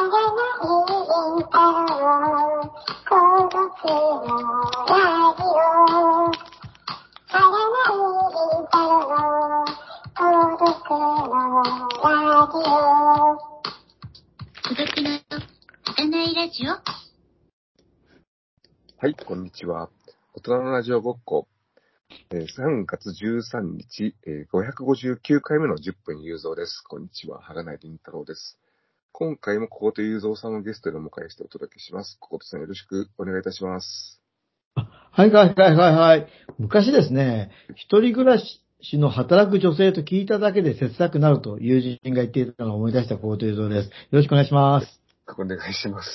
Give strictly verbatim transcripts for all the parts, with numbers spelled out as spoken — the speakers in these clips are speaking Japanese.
はい、こんにちは。大人のラジオごっこ、えー、さんがつじゅうさんにち、えー、ごひゃくごじゅうきゅうかいめのじゅっぷん有造です。こんにちは、はがないりんたろうです。今回も小言有造さんをゲストでお迎えしてお届けします。小言さんよろしくお願いいたします。 はいはいはいはいはい。昔ですね、一人暮らしの働く女性と聞いただけで切なくなると友人が言っていたのを思い出した小言有造です。よろしくお願いします。 お願いします。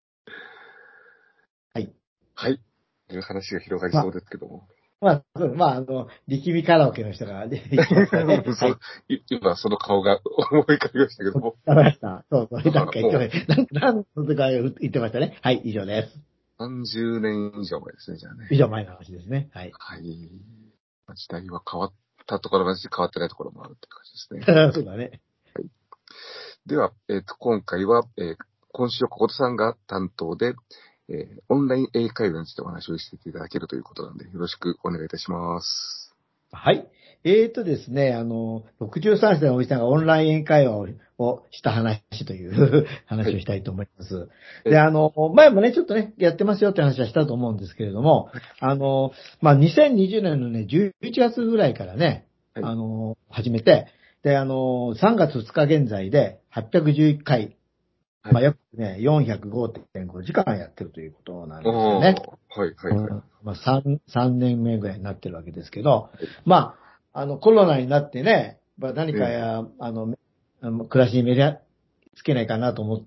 はい。 はい。話が広がりそうですけども。 まあ、まあ、まあ、あの、力みカラオケの人が言ってますからね。はい。 今、その顔が思い浮かびましたけども。 わかりました。そうそう。なんか言ってました。なんか、なんとか言ってましたね。はい、以上です。 さんじゅうねん以上前ですね、じゃあね。 以上前の話ですね。はい。 はい。時代は変わったところもあるし、変わってないところもあるって感じですね。そうだね。 はい。では、えっと、今回は、えー、今週は小言さんが担当で、えー、オンライン英会話についてお話をしていただけるということなので、よろしくお願いいたします。 はい。えーとですね、あの、ろくじゅうさんさいのおじさんがオンライン英会話ををした話という話をしたいと思います。はい、で、あの、前もね、ちょっとね、やってますよって話はしたと思うんですけれども、はい、あの、まあ、にせんにじゅうねんのね、じゅういちがつぐらいからね、はい、あの、始めて、で、あの、さんがつふつか現在ではっぴゃくじゅういっかい、はい、まあ、約ね、よんひゃくごてんごじかんやってるということなんですよね。 はい、はい、はい。 うん、まあ、3、さんねんめぐらいになってるわけですけど、はい、まあ、あの、コロナになってね、まあ、何かや、うん、あの、暮らしにメリハつけないかなと思って、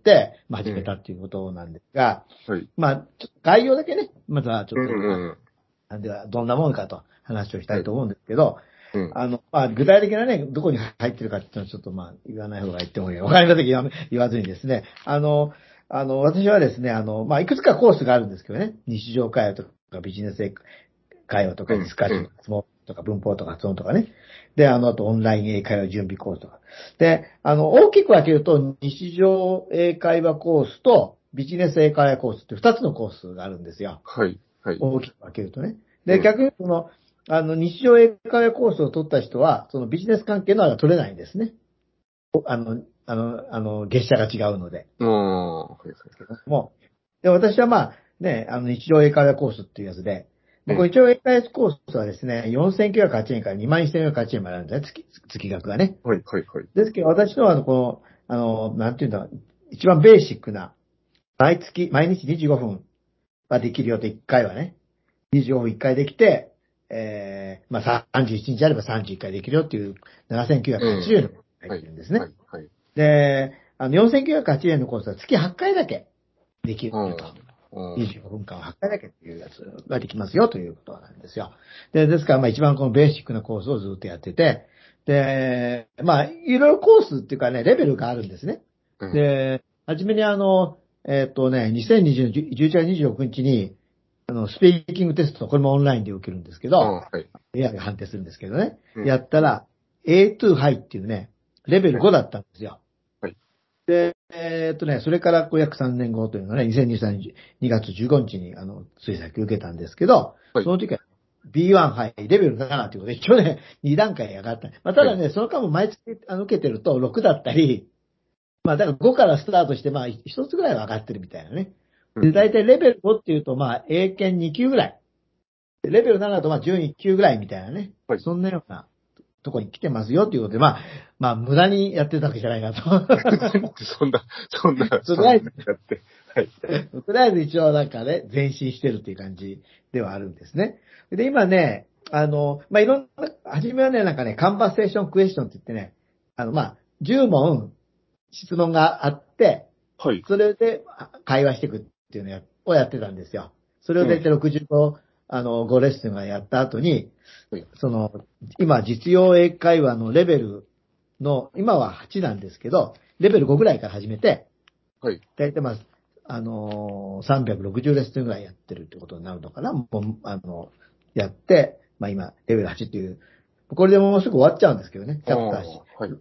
まあ、始めたっていうことなんですが、うん、はい、まあ、概要だけね、まずはちょっと、うんうんうん、ではどんなものかと話をしたいと思うんですけど、はい、うん、あの、まあ、具体的なね、どこに入ってるかっていうのはちょっとまあ、言わない方がいいって思うよ。わかりませんけど、言わずにですね、あの、あの、私はですね、あの、まあ、いくつかコースがあるんですけどね、日常会話とかビジネス会話とかディスカッションとか質問とか文法とか発音とかね。で、あの、あとオンライン英会話準備コースとか。で、あの、大きく分けると、日常英会話コースとビジネス英会話コースって二つのコースがあるんですよ。 はい。はい。 大きく分けるとね。で、逆にその、あの、日常英会話コースを取った人は、そのビジネス関係のは取れないんですね。あの、あの、あの、月謝が違うので。 ああ、はいはい。 もう、で、私はまあ、ね、あの、日常英会話コースっていうやつで、で、これ日常英会話コースはですね、よんせんきゅうひゃくはちえんからにまんせんよんひゃくはちえんまであるんですね、月、月額がね。 はいはいはい。 ですけど、私のは、あの、この、あの、なんていうんだ、一番ベーシックな、毎月、毎日にじゅうごふんはできるよといっかいはね、にじゅうごふんいっかいできて、えー、まあ、さんじゅういちにちあればさんじゅういっかいできるよっていうななせんきゅうひゃくはちじゅうえん入ってるんですね。 はいはいはい、 で、あの、よんせんきゅうひゃくはちじゅうえんのコースは月はちかいだけできると。にじゅうごふんかんはちかいだけっていうやつができますよということなんですよ。で、ですから、まあ一番このベーシックなコースをずっとやってて、で、まあ、いろいろコースっていうかね、レベルがあるんですね。で、はじめにあの、えっとね、にせんにじゅうねんじゅういちがつにじゅうろくにちに、あの、スピーキングテスト、これもオンラインで受けるんですけど、はい、エーアイ が判定するんですけどね、うん、やったら、エーツー ハイっていうね、レベルごだったんですよ。 はい。 で、えーっとね、それから約さんねんごというのがね、にせんにじゅうさんねんにがつじゅうごにちに、あの、追索受けたんですけど、はい、その時は ビーワン ハイ、レベルななということで、一応ね、に段階上がった。まあ、ただね、はい、その間も毎月あの受けてるとろくだったり、まあ、だからごからスタートして、まあ、一つぐらいは上がってるみたいなね。で、大体レベルごっていうと、まあ、英検に級ぐらい。レベルななだと、まあ、準いっ級ぐらいみたいなね。はい、そんなようなとこに来てますよということで、まあ、まあ、無駄にやってたわけじゃないなと。 そんな、そんな、 とりあえず、 やって、はい。 とりあえず一応なんかね、前進してるっていう感じではあるんですね。で、今ね、あの、まあ、いろんな、はじめはね、なんかね、カンバセーションクエスチョンって言ってね、あの、まあ、じゅうもん質問があって、はい。それで会話していくっていうのをやってたんですよ。それを大体ろくじゅうご、うん、あの、ごレッスンがやった後に、はい、その、今、実用英会話のレベルの、今ははちなんですけど、レベルごぐらいから始めて、はい。大体まあ、あのー、さんびゃくろくじゅうレッスンぐらいやってるってことになるのかな。もう、あの、やって、まあ今、レベルはちっていう、これでもうすぐ終わっちゃうんですけどね、チャプターはち。はい。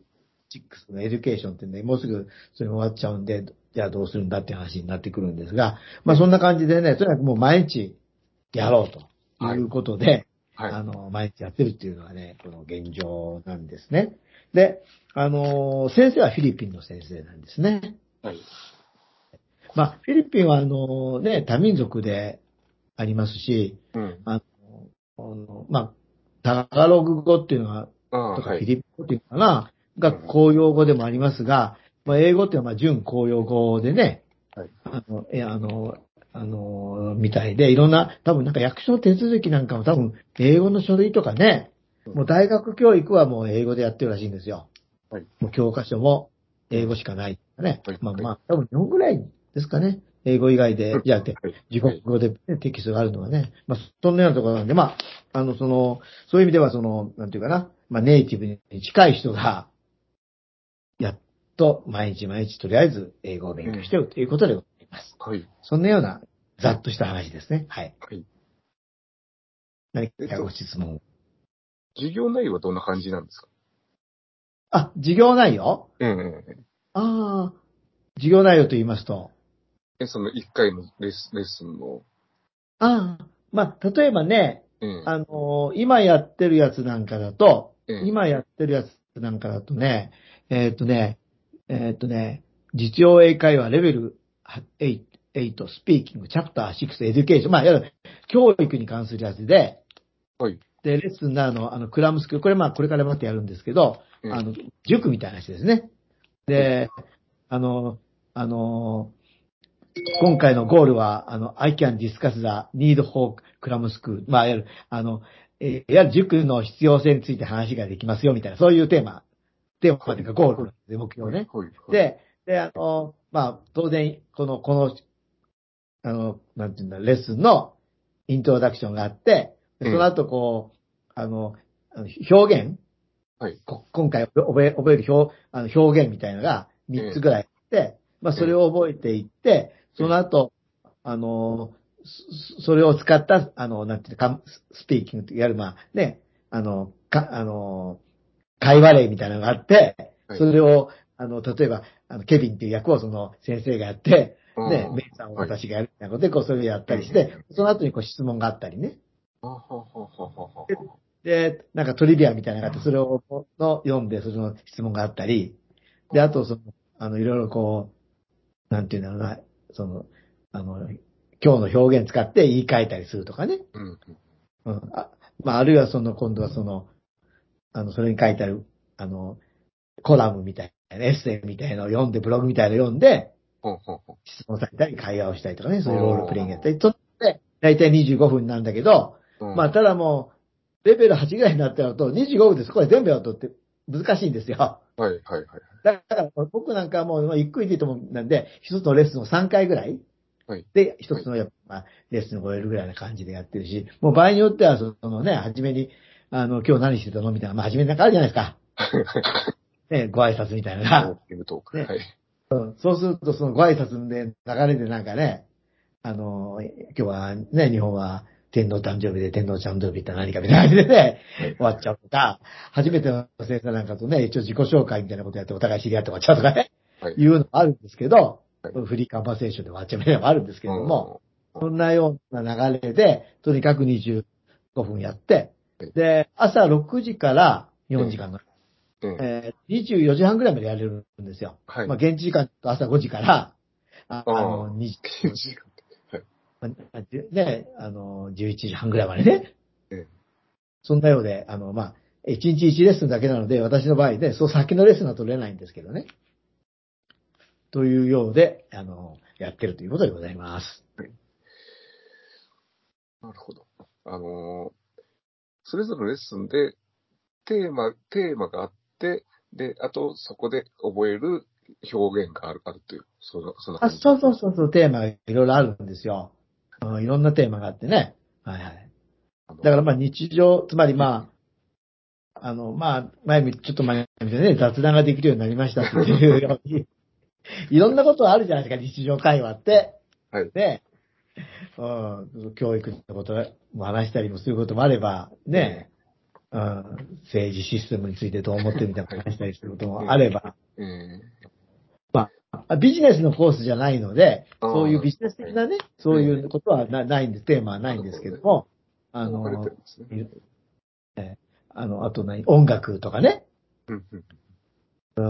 シックスのエデュケーションってね、もうすぐそれ終わっちゃうんで、じゃあどうするんだっていう話になってくるんですが、まあそんな感じでね、とにかくもう毎日やろうということで、 はい。 あの、毎日やってるっていうのはね、この現状なんですね。で、あの、先生はフィリピンの先生なんですね。 はい。 まあ、フィリピンはあのね、多民族でありますし、 うん。 あの、あのまあ、タガログ語っていうのは、 ああ、 とかはい。 フィリピン語っていうのかな、がうん。 公用語でもありますが、まあ、 うん英語っていうのはまあ準公用語でね、 はい。 あの、え、あの、あの、みたいで、いろんな、多分なんか役所手続きなんかも多分英語の書類とかね、 うん。 もう大学教育はもう英語でやってるらしいんですよ。 はい。 もう教科書も英語うん。 しかないね。 はい。はい。 まあまあ、多分日本ぐらいですかね。英語以外で、じゃあて、 はい。 自はい。 国語で、ね、テキストがあるのはね。まあ、そんなようなところなんで、まあ、あの、その、そういう意味では、その、なんていうかな、まあ、ネイティブに近い人が、やっと毎日毎日とりあえず英語を勉強してうん。 るということでございます。 はい。 そんなような、ざっとした話ですね。はい。 はい。 何かごえっと、 質問。 授業内容はどんな感じなんですか？ あ、授業内容。 うんうんうん。 ああ、授業内容と言いますと、 え、そのいっかいのレッスン、レッスンの、 ああ、まあ、例えばね、 うん。 あの、今やってるやつなんかだと、 うん。 今やってるやつなんかだとね、えーっとね、えーっとね、実用英会話レベルはち、はちスピーキング、チャプターシックス、エデュケーション、まあ、いわゆる教育に関するやつで、 はい。 で、レッスンなの、あの、クラムスクール、これまあ、これからまたやるんですけど、 うん。 あの、塾みたいな話ですね。 はい。 で、あの、あの、今回のゴールは、あの、I can discuss the need for cram school. まあ、いわゆる、あの、えーいわゆる塾の必要性について話ができますよ、みたいな、そういうテーマ、テーマはい。 というかゴールはい。 なんですね、目標はい。 ね。 はい。はい。 で、で、あの、まあ、当然、この、この、あの、なんていうんだ、レッスンのイントロダクションがあって、でうん。 その後、こう、あの、あの表現、 はい。 こ今回覚え、覚える表、あの表現みたいなのがうん。 みっつぐらいあって、まあ、 うん。 それを覚えていって、 うん。 その後、あの、そそれを使った、あの、なんていうか、スピーキングといわゆる、まあ、ね、あの、か、あの、会話例みたいなのがあって、 はい。 それを、あの、例えば、あの、ケビンっていう役をその先生がやって、 あね、 あ。 メイさんをはい。 私がやるみたいなことで、こう、それをやっうん。うたりして、 ん。うん。 その後にこう質問があったりね。 あはははははで、 は。 でなんかトリビアみたいなのがあって、それをの読んで、その質問があったり、で、あと、その、あの、いろいろこう、なんていうんだろうな、その、あの、今日の表現使って言い換えたりするとかね。 うん。うん。 うん。あ、まあ、あるいはその、今度はその、あの、それに書いてある、あの、コラムみたいな、エッセイみたいなのを読んで、ブログみたいなのを読んで、 ほうほうほう。 質問されたり、会話をしたりとかね、 あそういうロールプレイングやったり、 あ。 とって、だいたいにじゅうごふんなんだけど、まあ、 うん。 ただもう、レベルはちぐらいになってると、にじゅうごふんでそこで全部やるとって難しいんですよ。 はい、はい、はい。 だから僕なんかはもう、まあゆっくりでいいと思うんなんで、一つのレッスンをさんかいぐらいはい。 で、一はい。 つのやっぱ、まあレッスンを終えるぐらいな感じでやってるし、もう場合によっては、そのね、初めに、あの、今日何してたのみたいな、まあ初めになんかあるじゃないですか。ね、ご挨拶みたいなのが。 オープニングトーク。 ね、 はい。 そうすると、そのご挨拶で流れでなんかね、あの、今日はね、日本は天皇誕生日で天皇誕生日って何かみたいな感じでね、 はい、はい。 終わっちゃうとか、初めての先生なんかとね、一応自己紹介みたいなことやってお互い知り合って終わっちゃうとかね、 はい、 いうのもあるんですけど、 はい。 フリーカンバセーションで終わっちゃうみたいなのもあるんですけうれども、 ん。 そんなような流れで、とにかくにじゅうごふんやって、 はい。 で、朝ろくじからよんじかんの、 うん。 えー、にじゅうよじはんぐらいまでやれるんですよ。 はい。 まあ、現地時間と朝ごじから、ああの、 ああ。 にじ、 いちじかん。はい。 まあじゅね、あの、じゅういちじはんぐらいまでね。 うん。 そんなようで、あの、まあ、いちにちいちレッスンだけなので、私の場合で、そう先のレッスンは取れないんですけどね。というようで、あの、やってるということでございます。 はい。なるほど。あのーそれぞれのレッスンで、テーマ、テーマがあって、で、あと、そこで覚える表現がある、あるという、その、そんなあ、 感じ。 そうそうそうそう、テーマがいろいろあるんですよ。うん、いろんなテーマがあってね。はいはい。 あの、 だからまあ日常、つまりまあ、あの、まあ、前み、ちょっと前みたいにね、雑談ができるようになりましたっていうように、いろんなことあるじゃないですか、日常会話って。 はい。 ね、うん、教育のことも話したりもすることもあれば、 ええ。 ね、 うん、政治システムについてどう思ってるみたいな話したりすることもあれば、 ええまあ、ビジネスのコースじゃないので、 ああそういうビジネス的なね、そういうことはなないんです、テーマはないんですけども、あ分かれての、 るんですね。 えあの、あと何、音楽とかね、 うんうんうん、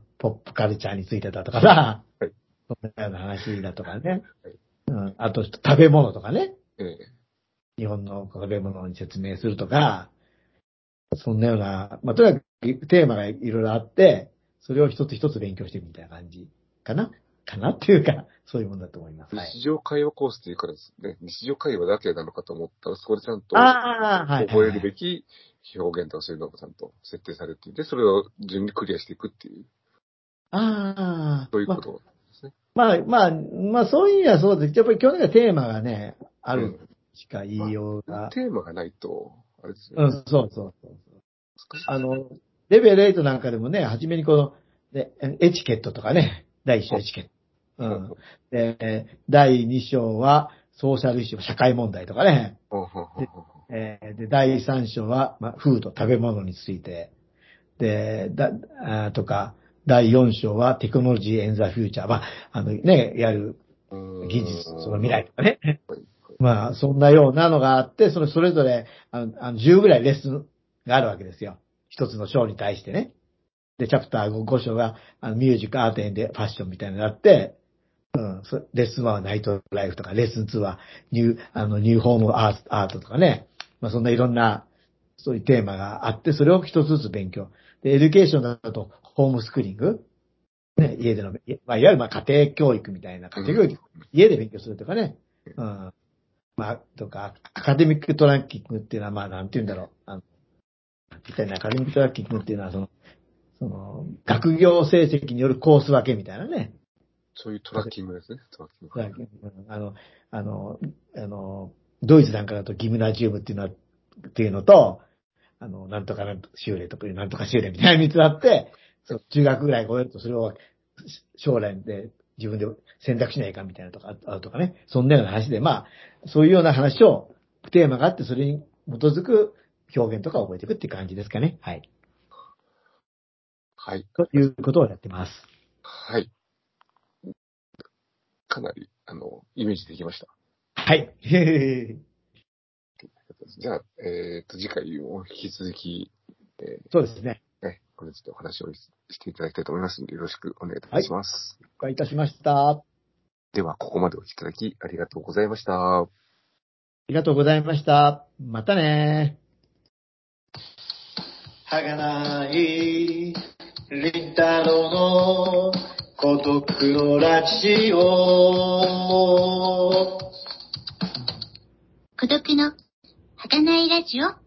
ポップカルチャーについてだとかさ、 はい。 そんなような話だとかね、 はいうん、あと食べ物とかね、 ええ日本の食べ物に説明するとか、そんなような、まあ、とにかくテーマがいろいろあって、それを一つ一つ勉強していくみたいな感じかなかなっていうか、そういうものだと思います。はい。 日常会話コースっていうからですね、日常会話だけなのかと思ったら、そこでちゃんとああ、はいはい覚えはい。 るべき表現とかそういうのがちゃんと設定されていて、それを順にクリアしていくっていう、 ああ、まあ、 そういうことですね。 まあ、まあ、まあ、そういう意味はそうです。やっぱり基本的にはテーマがね、あるうん。 しか言いまあ、 ようが。 テーマがないと、あれですよね。 うん、そうそうそう。 難しい。 あの、レベルエイトなんかでもね、初めにこの、ね、エチケットとかね、第一章エチケット。うん。 ほうほうで、第二章はソーシャルイシュー、社会問題とかね。 ほうほうほうで、 ほうえーで第三章は、まあ、フード、食べ物について。で、だ、あとか、だいよん章はテクノロジー・エン・ザ・フューチャー。まあ、あのね、やるう技術、そのーん。 未来とかね。 はい。 まあ、そんなようなのがあって、そのそれぞれ、あの、あのじゅうぐらいレッスンがあるわけですよ。一つの章に対してね。で、チャプターご章が、あの、ミュージック、アート、エンでファッションみたいになって、うん、そレッスンワンはナイトライフとか、レッスンツーはニュー、あの、ニューホームアートアートとかね。まあ、そんないろんな、そういうテーマがあって、それを一つずつ勉強。で、エデュケーションだと、ホームスクーリング。ね、家での、いまあ、いわゆるまあ家庭教育みたいな、家庭教育、家で勉強するとかね。うん。まあ、とか、アカデミックトラッキングっていうのは、まあ、なんて言うんだろう。あの、みたいなアカデミックトラッキングっていうのは、その、その、学業成績によるコース分けみたいなね。 そういうトラッキングですね。トラッキング。 トラッキングあの、あの、あの、ドイツなんかだとギムナジウムっていうのは、っていうのと、あの、なんとかなんとか修練とかいうなんとか修練みたいなみっつあって、そう中学ぐらい超えるとそれを将来で自分で選択しないかみたいなとか、あるとかね。そんなような話で、まあ、そういうような話を、テーマがあって、それに基づく表現とかを覚えていくっていう感じですかね。はい。 はい。 ということをやってます。 はい。かなり、あの、イメージできました。 はい。 じゃあ、えっと、次回も引き続き、えそうですね。 ーね、これについてお話をしていただきたいと思いますので、よろしくお願いいたはい。了します。 解いたしました。あでは、ここまでお聞きいただきありがとうございました。 りがとうございました。またね。儚いりんたろうの孤独のラジオ孤独の儚いラジオ